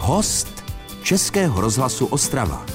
Host Českého rozhlasu Ostrava.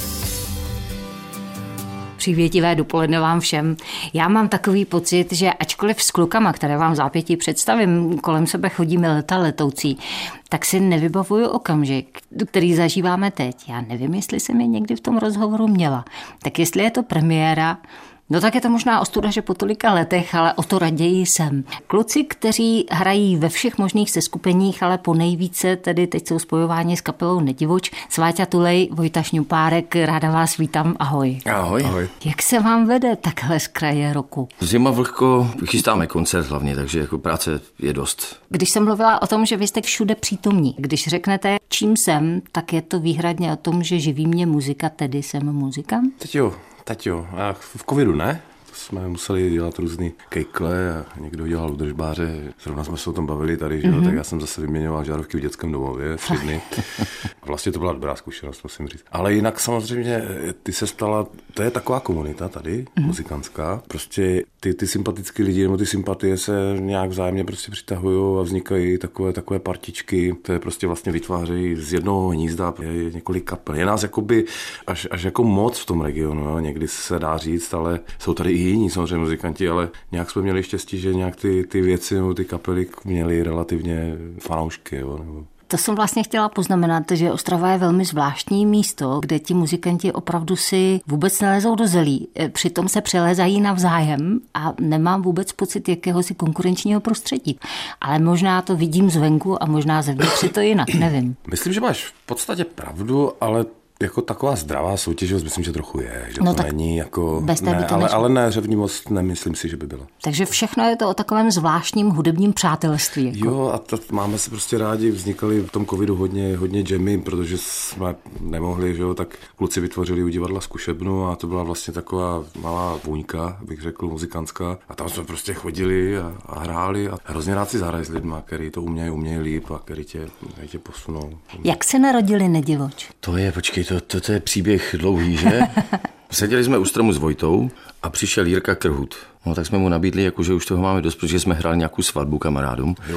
Přívětivé dopoledne vám všem. Já mám takový pocit, že ačkoliv s klukama, které vám zápětí představím, kolem sebe chodíme letoucí, tak si nevybavuju okamžik, který zažíváme teď. Já nevím, jestli jsem je někdy v tom rozhovoru měla. Tak jestli je to premiéra, no tak je to možná ostuda, že po tolika letech, ale o to raději jsem. Kluci, kteří hrají ve všech možných seskupeních, ale po nejvíce tedy teď jsou spojováni s kapelou Nedivoč. Sváťa Tulej, Vojta Šňupárek, ráda vás vítám, ahoj. Ahoj. Ahoj. Jak se vám vede takhle z kraje roku? Zima vlhko, chystáme koncert hlavně, takže jako práce je dost. Když jsem mluvila o tom, že vy jste všude přítomní, když řeknete, čím jsem, tak je to výhradně o tom, že živí mě muzika, tedy jsem muzikant? Teď jo. A v covidu ne? To jsme museli dělat různý kejkle a někdo dělal údržbáře. Zrovna jsme se o tom bavili tady, že jo? Tak já jsem zase vyměňoval žárovky v dětském domově 3 dny. Vlastně to byla dobrá zkušenost, musím říct. Ale jinak samozřejmě ty se stala, to je taková komunita tady, muzikantská. Prostě ty sympatický lidi nebo ty sympatie se nějak vzájemně prostě přitahují a vznikají takové partičky, které prostě vlastně vytvářejí z jednoho hnízda je několik kapel. Je nás jakoby až jako moc v tom regionu, jo? Někdy se dá říct, ale jsou tady i jiní samozřejmě muzikanti, ale nějak jsme měli štěstí, že nějak ty věci nebo ty kapely měly relativně fanoušky, jo? Nebo... To jsem vlastně chtěla poznamenat, že Ostrava je velmi zvláštní místo, kde ti muzikanti opravdu si vůbec nelezou do zelí. Přitom se přelézají navzájem a nemám vůbec pocit jakéhosi konkurenčního prostředí. Ale možná to vidím zvenku a možná zevnitř je to jinak, nevím. Myslím, že máš v podstatě pravdu, ale jako taková zdravá soutěživost, myslím, že trochu je, že no to není jako, ne, ale ne řevnivost, nemyslím si, že by byla. Takže všechno je to o takovém zvláštním hudebním přátelství. Jako. Jo, a máme se prostě rádi, vznikaly v tom covidu hodně jammy, protože jsme nemohli, že jo, tak kluci vytvořili u divadla zkušebnu a to byla vlastně taková malá vůňka, bych řekl, muzikantská. A tam jsme prostě chodili a hráli a hrozně rád si zahrají s lidma, který to umějí líp a který tě posunou. Jak se narodili Nedivoč? To je, počkej, to je příběh dlouhý, že? Seděli jsme u stromu s Vojtou a přišel Jirka Krhut. No tak jsme mu nabídli, jako, že už toho máme dost, protože jsme hráli nějakou svatbu kamarádům. Jo,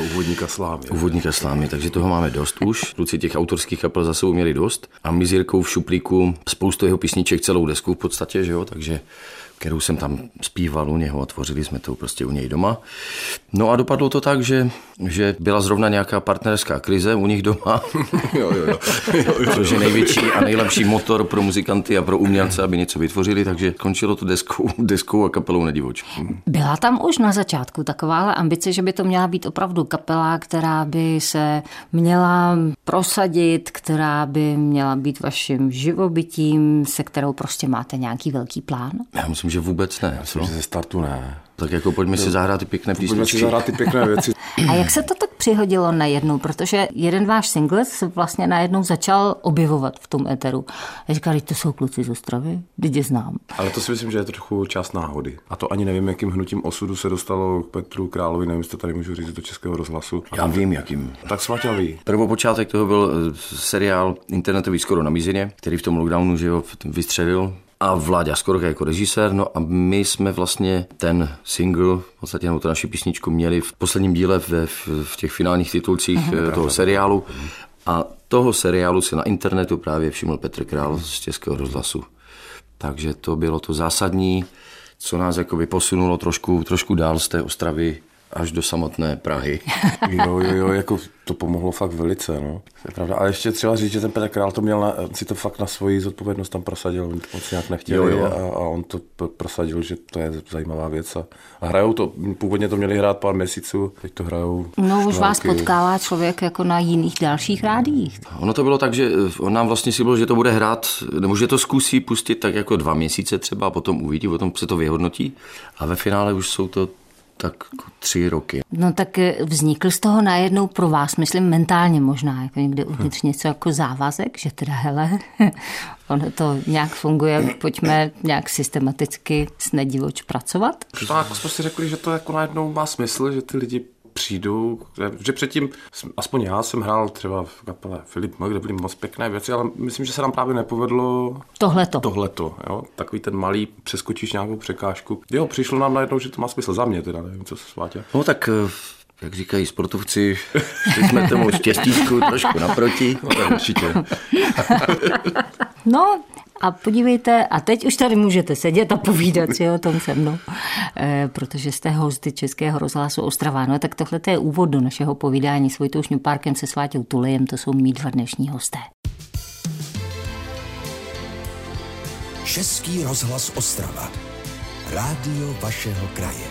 u Vodníka Slámy. Takže toho máme dost už. Kluci těch autorských kapel za sebou měli dost. A my s Jirkou v šuplíku spoustu jeho písniček, celou desku v podstatě, že jo, takže kterou jsem tam zpíval u něho a tvořili jsme to prostě u něj doma. No a dopadlo to tak, že byla zrovna nějaká partnerská krize u nich doma. Jo. Což je největší a nejlepší motor pro muzikanty a pro umělce, aby něco vytvořili, takže končilo to deskou a kapelou Nedivoč. Byla tam už na začátku takováhle ambice, že by to měla být opravdu kapela, která by se měla prosadit, která by měla být vaším živobytím, se kterou prostě máte nějaký velký plán? Já myslím, že vůbec ne. Myslím, že ze startu ne. Tak jako pojďme si zahrát ty pěkné písničky. Pojďme si zahrát ty pěkné věci. A jak se to tak přihodilo najednou? Protože jeden váš single se vlastně najednou začal objevovat v tom éteru. A říkali, to jsou kluci z Ostravy, teď je znám. Ale to si myslím, že je trochu část náhody. A to ani nevím, jakým hnutím osudu se dostalo k Petru Královi, nevím, jestli to tady můžu říct do Českého rozhlasu. Já vím, jakým. Tak Sváťa ví. Prvopočátek toho byl seriál internetový Skoro na mizině, který v tom lockdownu, že jo, vystřelil. A Vláďa Skorka jako režisér, no a my jsme vlastně ten single, v podstatě tu naši písničku měli v posledním díle v těch finálních titulcích toho seriálu. A toho seriálu se na internetu právě všiml Petr Král z Českého rozhlasu. Takže to bylo to zásadní, co nás jakoby posunulo trošku dál z té Ostravy až do samotné Prahy. Jo, jako to pomohlo fakt velice, no. To je pravda. A ještě třeba říct, že ten Petr Král to měl si to fakt na svoji zodpovědnost tam prosadil, on si nějak nechtěl a on to prosadil, že to je zajímavá věc. A hrajou to, původně to měli hrát pár měsíců, teď to hrajou. No už vás potkává člověk jako na jiných dalších rádiích. Ono to bylo tak, že on nám vlastně slíbil, že to bude hrát, nebo že to zkusí pustit tak jako 2 měsíce třeba, a potom uvidí, potom se to vyhodnotí a ve finále už jsou to tak 3 roky. No tak vznikl z toho najednou pro vás, myslím mentálně možná, jako někde uvnitř něco jako závazek, že teda hele, ono to nějak funguje, pojďme nějak systematicky s Nedivoč pracovat? Tak jsme si řekli, že to jako najednou má smysl, že ty lidi přijdou, že předtím, aspoň já jsem hrál třeba v kapele Filip Ml, kde byly moc pěkné věci, ale myslím, že se nám právě nepovedlo tohleto, jo? Takový ten malý, přeskočíš nějakou překážku. Jo, přišlo nám najednou, že to má smysl za mě, teda nevím, co se Sváťa. No tak jak říkají sportovci, jsme tomu štěstíčku trošku naproti. Určitě. No a podívejte, a teď už tady můžete sedět a povídat si o tom se mnou, protože jste hosty Českého rozhlasu Ostrava. No tak tohle je úvod do našeho povídání s Vojtou Šňupárkem, se Sváťou Tulejem, to jsou mý dva dnešní hosté. Český rozhlas Ostrava. Rádio vašeho kraje.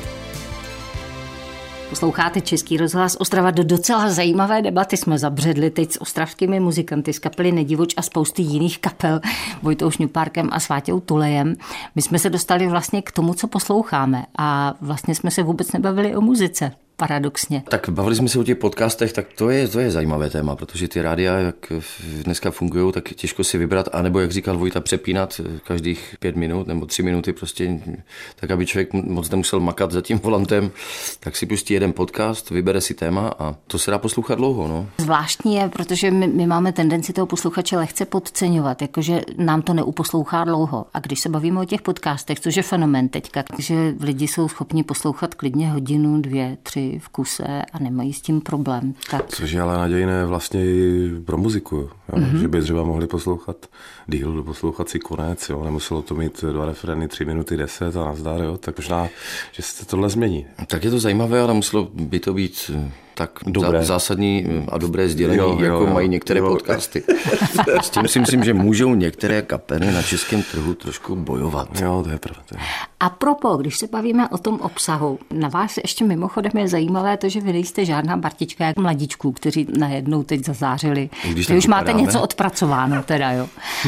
Posloucháte Český rozhlas Ostrava. Do docela zajímavé debaty jsme zabředli teď s ostravskými muzikanty z kapely Nedivoč a spousty jiných kapel, Vojtou Šňupárkem a Sváťou Tulejem. My jsme se dostali vlastně k tomu, co posloucháme a vlastně jsme se vůbec nebavili o muzice. Paradoxně. Tak bavili jsme se o těch podcastech, tak to je zajímavé téma, protože ty rádia, jak dneska fungují, tak těžko si vybrat, anebo jak říkal Vojta, přepínat každých 5 minut nebo 3 minuty prostě, tak aby člověk moc nemusel makat za tím volantem, tak si pustí jeden podcast, vybere si téma a to se dá poslouchat dlouho. No. Zvláštní je, protože my máme tendenci toho posluchače lehce podceňovat, jakože nám to neuposlouchá dlouho. A když se bavíme o těch podcastech, což je fenomén teďka, že lidi jsou schopni poslouchat klidně hodinu, 2, 3 v kuse a nemají s tím problém. Tak. Což je ale nadějné vlastně i pro muziku, že by třeba mohli poslouchat díl, poslouchat si konec, jo? Nemuselo to mít 2 refrény, 3 minuty 10 a nazdar, jo? Tak možná, že se tohle změní. Tak je to zajímavé, ale muselo by to být tak zásadní a dobré sdělení, jako mají některé podcasty. S tím si myslím, že můžou některé kapely na českém trhu trošku bojovat. Jo, to je pravda. A propos, když se bavíme o tom obsahu, na vás ještě mimochodem je zajímavé to, že vy nejste žádná partička jak mladíčků, kteří najednou teď zazářili. Vy už máte něco odpracováno teda, jo.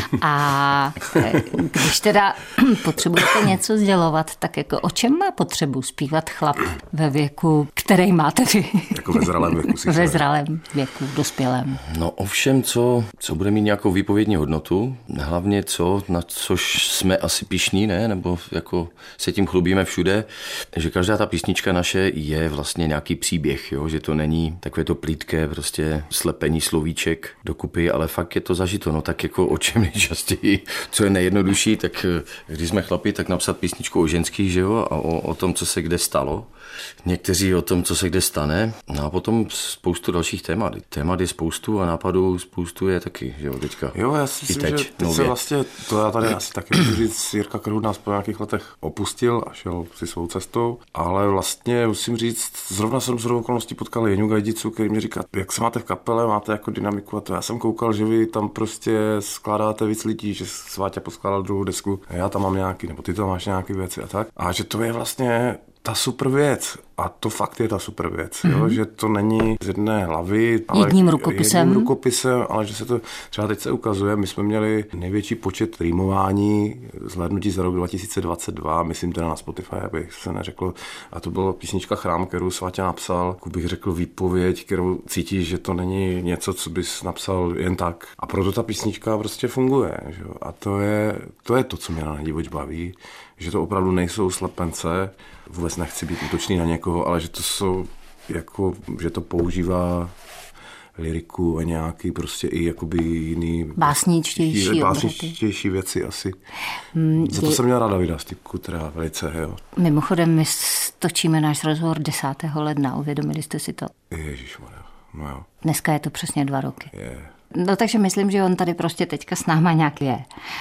A když teda potřebujete něco sdělovat, tak jako o čem má potřebu zpívat chlap ve věku, který máte vy? Jako ve zralém věku. Ve zralém věku, dospělém. No ovšem, co bude mít nějakou výpovědní hodnotu, hlavně na což jsme asi pyšní, ne? Nebo jako se tím chlubíme všude, že každá ta písnička naše je vlastně nějaký příběh, jo? Že to není takové to plítké prostě slepení slovíček dokupy, ale fakt je to zažito. No tak jako o čem nejčastěji, co je nejjednodušší, tak když jsme chlapi, tak napsat písničku o ženských, že jo? A o tom, co se kde stalo. Někteří o tom, co se kde stane. No a potom spoustu dalších témat. Témat je spoustu a nápadů spoustu je taky, že jo, teďka. Jo, já si myslím, že teď se vlastně, to já tady asi taky můžu říct, Jirka Krhut nás po nějakých letech opustil a šel si svou cestou, ale vlastně musím říct, zrovna jsem s okolností potkal Jeňu Gajdicu, který mi říká, jak se máte v kapele, máte jako dynamiku a to já jsem koukal, že vy tam prostě skládáte víc lidí, že Sváťa poskládal druhou desku a já tam mám nějaký, nebo ty tam máš nějaký věci a tak. A že to je vlastně ta super věc. A to fakt je ta super věc, jo? Že to není z jedné hlavy, ale jedním rukopisem, ale že se to třeba teď se ukazuje. My jsme měli největší počet rýmování zhlédnutí za rok 2022, myslím teda na Spotify, abych se neřekl. A to byla písnička Chrám, kterou Sváťa napsal, jako bych řekl výpověď, kterou cítíš, že to není něco, co bys napsal jen tak. A proto ta písnička prostě funguje. Že? A to je to, co mě na Nedivoč baví, že to opravdu nejsou slepence, vůbec nechci být útočný na někoho, ale že to jsou jako, že to používá lyriku a nějaký prostě i jakoby jiný básničtější věci asi. Za to jsem měl ráda Davida Stipku, teda velice, jo. Mimochodem, my točíme náš rozhovor 10. ledna, uvědomili jste si to? Ježišmarja, no jo. Dneska je to přesně 2 roky. No takže myslím, že on tady prostě teďka s náma nějak je.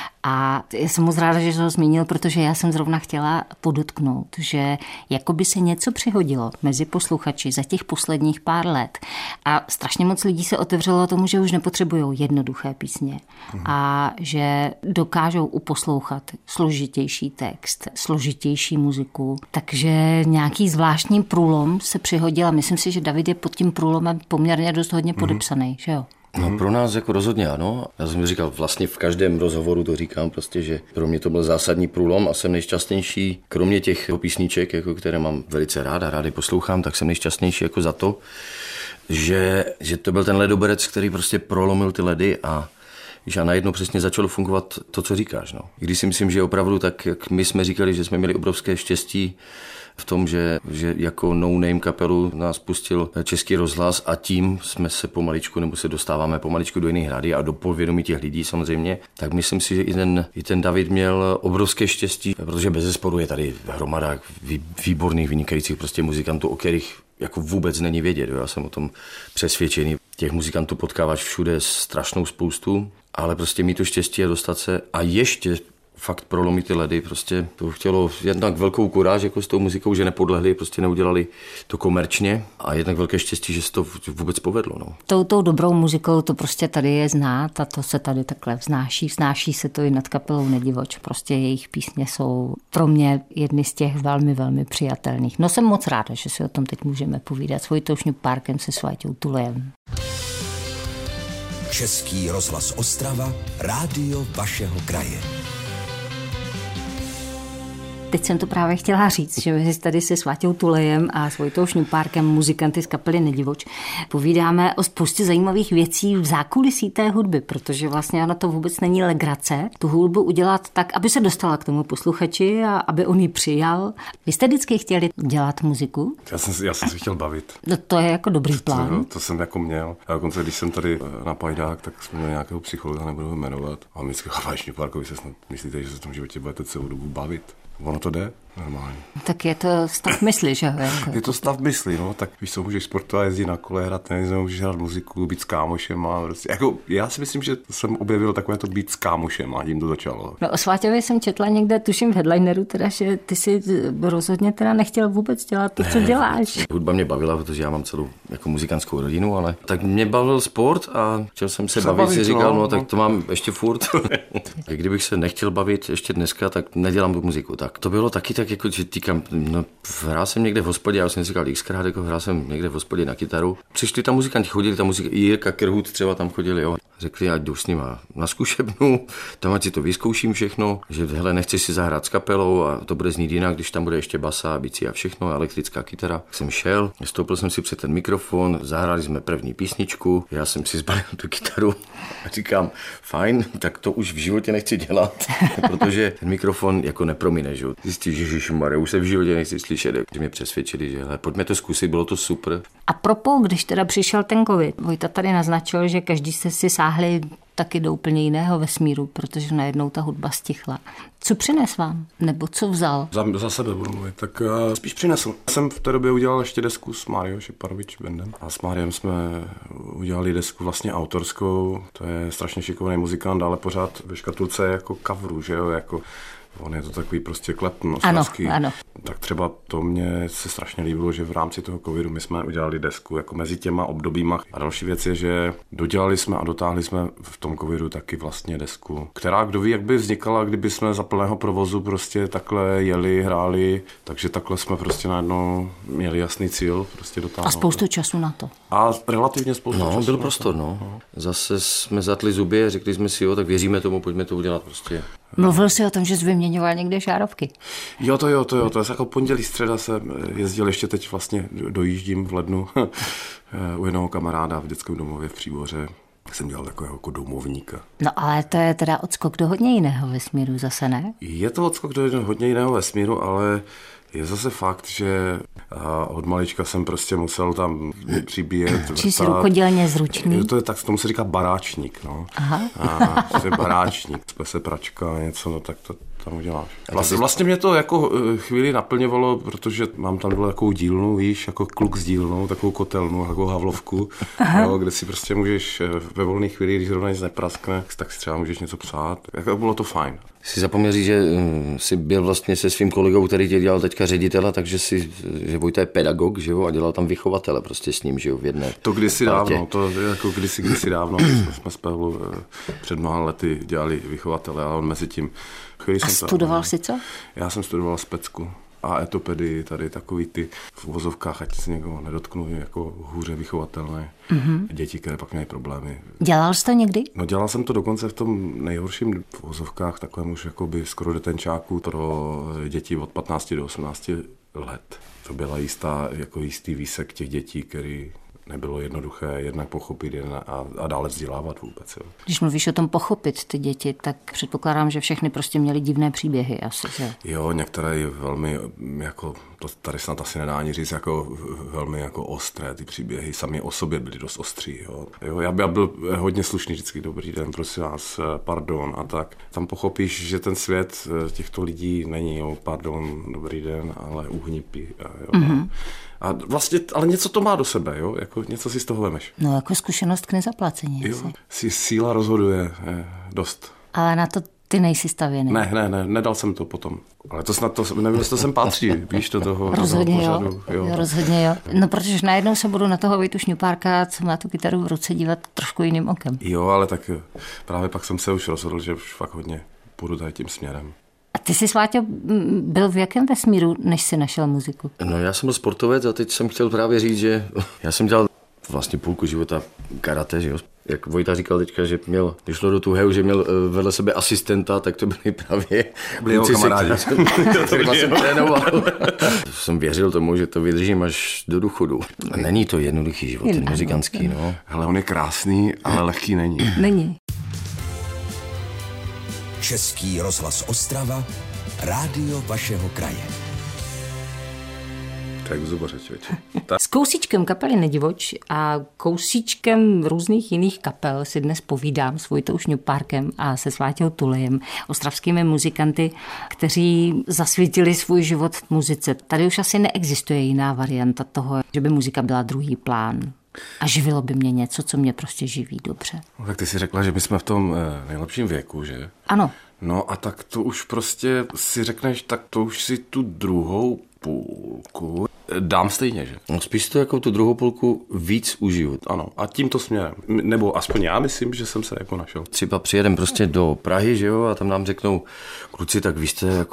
A já jsem moc ráda, že jsi ho zmínil, protože já jsem zrovna chtěla podotknout, že jako by se něco přihodilo mezi posluchači za těch posledních pár let. A strašně moc lidí se otevřelo tomu, že už nepotřebují jednoduché písně. A že dokážou uposlouchat složitější text, složitější muziku. Takže nějaký zvláštní průlom se přihodil a myslím si, že David je pod tím průlomem poměrně dost hodně podepsaný, že jo? No pro nás jako rozhodně ano. Já jsem říkal, vlastně v každém rozhovoru to říkám prostě, že pro mě to byl zásadní průlom a jsem nejšťastnější, kromě těch písniček, jako které mám velice rád a rád je poslouchám, tak jsem nejšťastnější jako za to, že to byl ten ledoberec, který prostě prolomil ty ledy a najednou přesně začalo fungovat to, co říkáš. No. Když si myslím, že opravdu tak, jak my jsme říkali, že jsme měli obrovské štěstí v tom, že jako no-name kapelu nás pustil Český rozhlas a tím jsme se pomaličku, nebo se dostáváme pomaličku do jiných rádií a do povědomí těch lidí samozřejmě, tak myslím si, že i ten David měl obrovské štěstí, protože bezesporu je tady hromada výborných, vynikajících prostě muzikantů, o kterých jako vůbec není vědět. Jo. Já jsem o tom přesvědčený. Těch muzikantů potkáváš všude strašnou spoustu, ale prostě mít to štěstí a dostat se a ještě fakt prolomit ty ledy, prostě to chtělo jednak velkou kuráž jako s tou muzikou, že nepodlehli, prostě neudělali to komerčně a jednak velké štěstí, že se to vůbec povedlo. No. Tou dobrou muzikou to prostě tady je znát a to se tady takhle vznáší se to i nad kapelou Nedivoč. Prostě jejich písně jsou pro mě jedny z těch velmi, velmi přijatelných. No jsem moc ráda, že si o tom teď můžeme povídat s Vojtou Šňupárkem, se Sváťou Tulejem. Český rozhlas Ostrava, rádio vašeho kraje. Teď jsem to právě chtěla říct, že my tady se Sváťou Tulejem a s Vojtou Šňupárkem, muzikanty z kapely Nedivoč, povídáme o spoustě zajímavých věcí v zákulisí té hudby, protože vlastně ona to vůbec není legrace, tu hudbu udělat tak, aby se dostala k tomu posluchači a aby on ji přijal. Vy jste vždycky chtěli dělat muziku? Já jsem se chtěl bavit. No to je jako dobrý plán. To jsem jako měl. A dokonce, když jsem tady na Pajdák, tak jsme měli nějakého psychologa, nebudu ho jmenovat. A my říkali, Šňupárkovi, se snad myslíte, že se v tom životě budete celou dobu bavit? Ono to jde normálně. Tak je to stav mysli, že? Jako. Je to stav mysli, no, tak víš co, můžeš sportovat, jezdit na kole, hrát tenis, můžeš hrát muziku, být s kámošem a prostě, jako, já si myslím, že jsem objevil takové to být s kámošem a tím to začalo. No o Sváťovi jsem četla někde, tuším v headlineru, teda, že ty si rozhodně teda nechtěl vůbec dělat to, co děláš. Hudba mě bavila, protože já mám celou jako muzikantskou rodinu, ale tak mě bavil sport a chtěl jsem se bavit, si říkal, no tak to mám ještě furt. Kdybych se nechtěl bavit ještě dneska, tak nedělám tu muziku. Tak to bylo taky tak, jako, že týkám, no, hrál jsem někde v hospodě, já jsem říkal xkrát, jako hrál jsem někde v hospodě na kytaru. Přišli tam muzikanti, chodili tam i Jirka Krhut třeba tam chodili, jo. Řekli, ať jdu s nima na zkušebnu, tam ať si to vyzkouším všechno, že hele, nechci si zahrát s kapelou a to bude znít jinak, když tam bude ještě basa, bicí a všechno, elektrická kytara. Jsem šel, stoupil jsem si před ten mikrofon, zahráli jsme první písničku, já jsem si zbalil tu kytaru a říkám, fajn, tak to už v životě nechci dělat, protože ten mikrofon jako nepromine, že jo. Zjistíš, že ježišmarja, už se v životě nechci slyšet, že mě přesvědčili, že hele, pojďme to zkusit, bylo to super. A propos, když teda přišel ten covid, Vojta tady naznačil, že každý jste si sáhli taky do úplně jiného vesmíru, protože najednou ta hudba stichla. Co přines vám? Nebo co vzal? Za sebe budu mluvit, tak spíš přinesl. Jsem v té době udělal ještě desku s Máriou Šeparovič bandem a s Máriem jsme udělali desku vlastně autorskou. To je strašně šikovný muzikant, ale pořád ve škatulce jako coveru, že jo, jako on je to takový prostě klepn, ano. Tak třeba to mě se strašně líbilo, že v rámci toho covidu my jsme udělali desku jako mezi těma obdobíma. A další věc je, že dodělali jsme a dotáhli jsme v tom covidu taky vlastně desku, která kdo ví, jak by vznikala, kdyby jsme za plného provozu prostě takhle jeli, hráli, takže takhle jsme prostě najednou měli jasný cíl prostě dotáhnout. A spoustu času na to. A relativně spoustu času. Byl prostor, no. Zase jsme zatli zuby a řekli jsme si, jo, tak věříme tomu, pojďme to udělat prostě. Mluvil jsi o tom, že jsi vyměňoval někde šárovky. Jo, to je jako pondělí, středa jsem jezdil, ještě teď vlastně dojíždím v lednu u jednoho kamaráda v dětském domově v Příboře. Jsem dělal takového jako domovníka. No ale to je teda odskok do hodně jiného vesmíru zase, ne? Je to odskok do hodně jiného vesmíru, ale je zase fakt, že od malička jsem prostě musel tam přibíjet. Či jsi rukodělně zručný? To je tak, tomu se říká baráčník, no. Aha. To je baráčník, se pračka, něco, no tak to tam uděláš. Vlastně mě to jako chvíli naplňovalo, protože mám tam dole takovou dílnu, víš, jako kluk s dílnou, takovou kotelnu, takovou havlovku, jo, kde si prostě můžeš ve volné chvíli, když zrovna nic nepraskne, tak si třeba můžeš něco psát. Jako bylo to fajn. Si zapomněl říct, že jsi byl vlastně se svým kolegou, který tě dělal teďka ředitele, takže že Vojta je pedagog, že jo, a dělal tam vychovatele prostě s ním, že jo, v jedné. To kdysi dávno, to jako kdysi dávno, jsme spolu před mnoha lety dělali vychovatele, ale on mezi tím. A studoval jsi co? Já jsem studoval specku a etopedii, tady takový ty v uvozovkách, ať se někoho nedotknu, jako hůře vychovatelné děti, které pak měly problémy. Dělal jsi to někdy? No dělal jsem to dokonce v tom nejhorším v uvozovkách, takovém už jakoby skoro detenčáku pro děti od 15 do 18 let. To byla jistý výsek těch dětí, který nebylo jednoduché jednak pochopit a dále vzdělávat vůbec. Jo. Když mluvíš o tom pochopit ty děti, tak předpokládám, že všechny prostě měly divné příběhy asi, že? Jo, některé velmi jako to tady snad asi nedá ani říct jako velmi jako ostré, ty příběhy sami o sobě byly dost ostří. Jo, já byl hodně slušný vždycky, dobrý den, prosím vás, pardon a tak. Tam pochopíš, že ten svět těchto lidí není, jo, pardon, dobrý den, ale uhnípi. A vlastně, ale něco to má do sebe, jo, jako něco si z toho vemeš. No jako zkušenost k nezaplacení. Jo, síla rozhoduje dost. Ale na to ty nejsi stavěný. Ne, nedal jsem to potom. Ale to snad, nevím, jestli to sem patří, víš, do toho rozhodně pořadu. Jo. Rozhodně jo. No protože najednou se budu na toho Vojtu Šňupárka, co má tu kytaru v ruce, dívat trošku jiným okem. Jo, ale tak právě pak jsem se už rozhodl, že už fakt hodně půjdu tady tím směrem. A ty jsi, Váťo, byl v jakém vesmíru, než jsi našel muziku? No já jsem byl sportovec a teď jsem chtěl právě říct, že já jsem dělal vlastně půlku života karate, že jo. Jak Vojta říkal teďka, že když šlo do tuhého, že měl vedle sebe asistenta, tak to byli právě jeho kamarádi. Kterýma jsem trénoval. Jsem věřil tomu, že to vydržím až do důchodu. Není to jednoduchý život, ten muzikantský, no. Hele, on je krásný, ale lehký není. Není. Český rozhlas Ostrava, rádio vašeho kraje. Tak v zubaře, člověče. S kousíčkem kapely Nedivoč a kousíčkem různých jiných kapel si dnes povídám s Vojtou Šňupárkem a se Váťou Tulejem, ostravskými muzikanty, kteří zasvětili svůj život v muzice. Tady už asi neexistuje jiná varianta toho, že by muzika byla druhý plán. A živilo by mě něco, co mě prostě živí dobře. No, tak ty si řekla, že my jsme v tom nejlepším věku, že? Ano. No a tak to už prostě si řekneš, tak to už si tu druhou půlku dám stejně, že? No, spíš to jako tu druhou půlku víc užiju. Ano, a tímto směrem. Nebo aspoň já myslím, že jsem se jako našel. Třeba přijedem prostě do Prahy, že jo, a tam nám řeknou, kluci, tak vy jste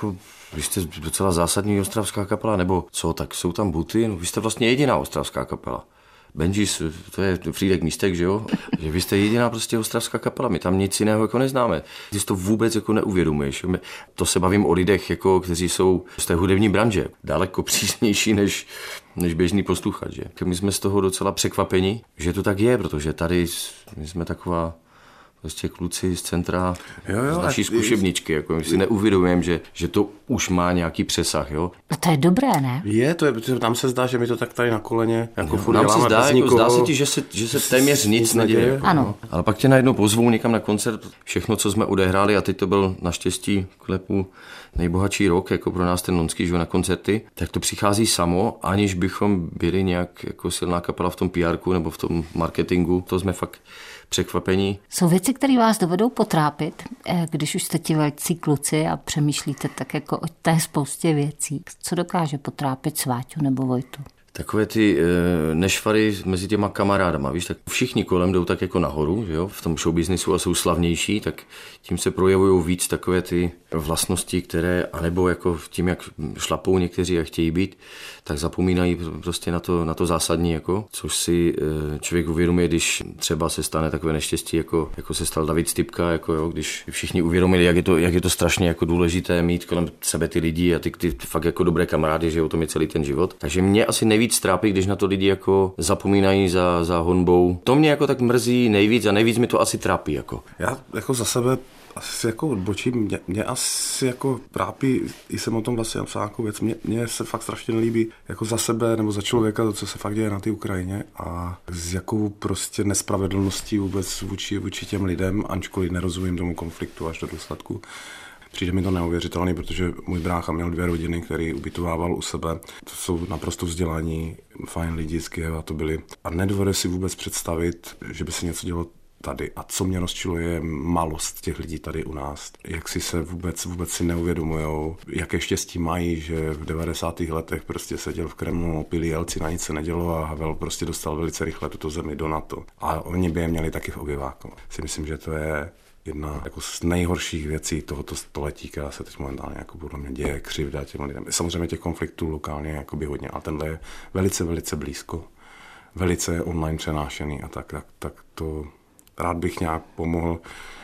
docela zásadní ostravská kapela, nebo co, tak jsou tam Buty, no vy jste vlastně jediná ostravská kapela. Benjis, to je Frídek Místek, že jo? Že vy jste jediná prostě ostravská kapela, my tam nic jiného jako neznáme. Ty si to vůbec jako neuvědomuješ. To se bavím o lidech, jako, kteří jsou z té hudební branže, daleko přísnější než běžný posluchač. Že? My jsme z toho docela překvapeni, že to tak je, protože tady my jsme taková prostě kluci z centra, z naší zkušebničky. Jako my si neuvědomujeme, že to už má nějaký přesah. Jo? No to je dobré, ne? Protože nám se zdá, že my to tak tady na koleně jako furt nám se zdá, jako zdá se ti, že se téměř nic neděje. Ano. Ale pak tě najednou pozvou někam na koncert, všechno, co jsme odehráli, a teď to byl naštěstí klepu nejbohatší rok, jako pro nás ten lonský, že na koncerty, tak to přichází samo, aniž bychom byli nějak jako silná kapela v tom PR-ku nebo v tom marketingu. To jsme fakt překvapení. Jsou věci, které vás dovedou potrápit, když už jste ti velcí kluci a přemýšlíte tak jako o té spoustě věcí. Co dokáže potrápit Sváťu nebo Vojtu? Takové ty nešvary mezi těma kamarádama, víš, tak všichni kolem jdou tak jako nahoru, že jo, v tom showbiznisu a jsou slavnější, tak tím se projevují víc takové ty vlastnosti, které, anebo jako tím, jak šlapou někteří a chtějí být, tak zapomínají prostě na to zásadní, jako, což si člověk uvědomuje, když třeba se stane takové neštěstí, jako se stal David Stypka, jako jo, když všichni uvědomili, jak je to strašně jako důležité mít kolem sebe ty lidi a ty fakt jako dobré kamarády, že o tom je celý ten život. Takže mě asi nejvíc trápí, když na to lidi jako zapomínají za honbou. To mě jako tak mrzí nejvíc a nejvíc mi to asi trápí. Jako. Já jako za sebe asi jako odbočím, mě asi jako trápí, jsem o tom vlastně napsal nějakou věc, mně se fakt strašně nelíbí jako za sebe nebo za člověka to, co se fakt děje na té Ukrajině a s jakou prostě nespravedlností vůbec vůči těm lidem, ačkoliv nerozumím tomu konfliktu až do důsledku. Přijde mi to neuvěřitelný, protože můj brácha měl 2 rodiny, který ubytovával u sebe. To jsou naprosto vzdělaní, fajn lidi z Kyjeva to byli. A nedovede si vůbec představit, že by se něco dělo tady. A co mě rozčiluje, je malost těch lidí tady u nás. Jak si se vůbec si neuvědomujou, jaké štěstí mají, že v 90. letech prostě seděl v Kremlu, pili Jelci, na nic se nedělo a Havel prostě dostal velice rychle tuto zemi do NATO. A oni by je měli taky v obyváku. Si myslím, že to je jedna jako z nejhorších věcí tohoto století, která se teď momentálně jako podle mě děje, křivda těm lidem. Samozřejmě těch konfliktů lokálně jakoby hodně, ale tenhle je velice, velice blízko, velice online přenášený a tak to rád bych nějak pomohl,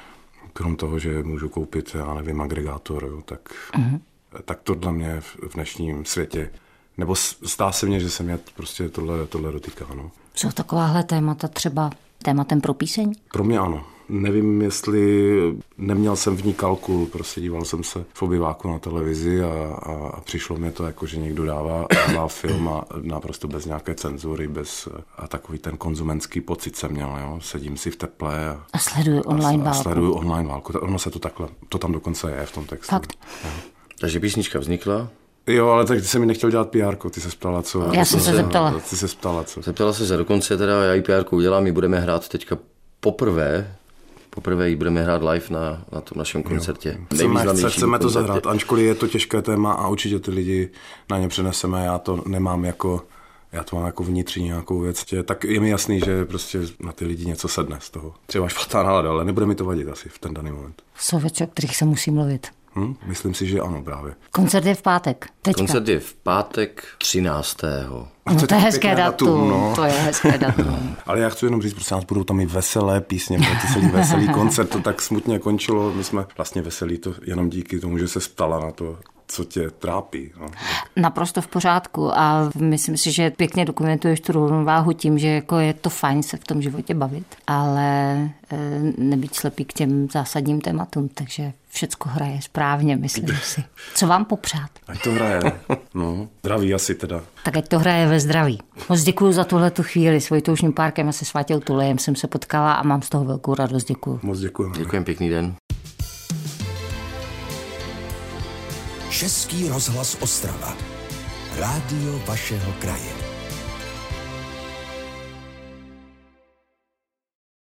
krom toho, že můžu koupit, já nevím, agregátor, jo, tak to dla mě v dnešním světě, nebo zdá se mně, že se mě prostě tohle dotýká, no. Jsou takováhle témata třeba tématem pro píseň? Pro mě ano. Nevím, jestli neměl jsem v ní kalkul, prostě díval jsem se v obyváku na televizi a přišlo mi to jako, že někdo dává film a naprosto bez nějaké cenzury, a takový ten konzumentský pocit jsem měl, jo. Sedím si v teple a sleduju online válku. Sleduju online válku. Ono se to takhle, to tam dokonce je v tom textu. Fakt. Jo. Takže písnička vznikla. Jo, ale tak ty se mi nechtěl dělat PR-ko, ty se ptala, co. Já jsem se zeptala. Ty se ptala, co. Zeptala se dokonce, teda já i PR-ku udělám, my budeme hrát teďka poprvé ji budeme hrát live na tom našem koncertě. Chceme to zahrát, ačkoliv je to těžké téma a určitě ty lidi na ně přeneseme, já to mám jako vnitřní nějakou věc. Tak je mi jasný, že prostě na ty lidi něco sedne z toho. Třeba špatná nálada, ale nebude mi to vadit asi v ten daný moment. Jsou věci, o kterých se musí mluvit. Myslím si, že ano právě. Koncert je v pátek. Teďka. Koncert je v pátek 13. No, to je hezké datum. No. To je hezké datum. Ale já chci jenom říct, prostě nás budou tam i veselé písně, bude to celý veselý koncert, to tak smutně končilo. My jsme vlastně veselí to jenom díky tomu, že se ptala na to, co tě trápí. No. Naprosto v pořádku a myslím si, že pěkně dokumentuješ tu rovnováhu tím, že jako je to fajn se v tom životě bavit, ale nebýt slepý k těm zásadním tématům, takže všecko hraje správně, myslím si. Co vám popřát? Ať to hraje. No, zdraví asi teda. Tak ať to hraje ve zdraví. Moc děkuju za tuhletu chvíli. S Vojtou Párkem a se Svátěl Tulejem jsem se potkala a mám z toho velkou radost. Děkuju. Moc děkujeme. Děkujem, pěkný den. Český rozhlas Ostrava. Rádio vašeho kraje.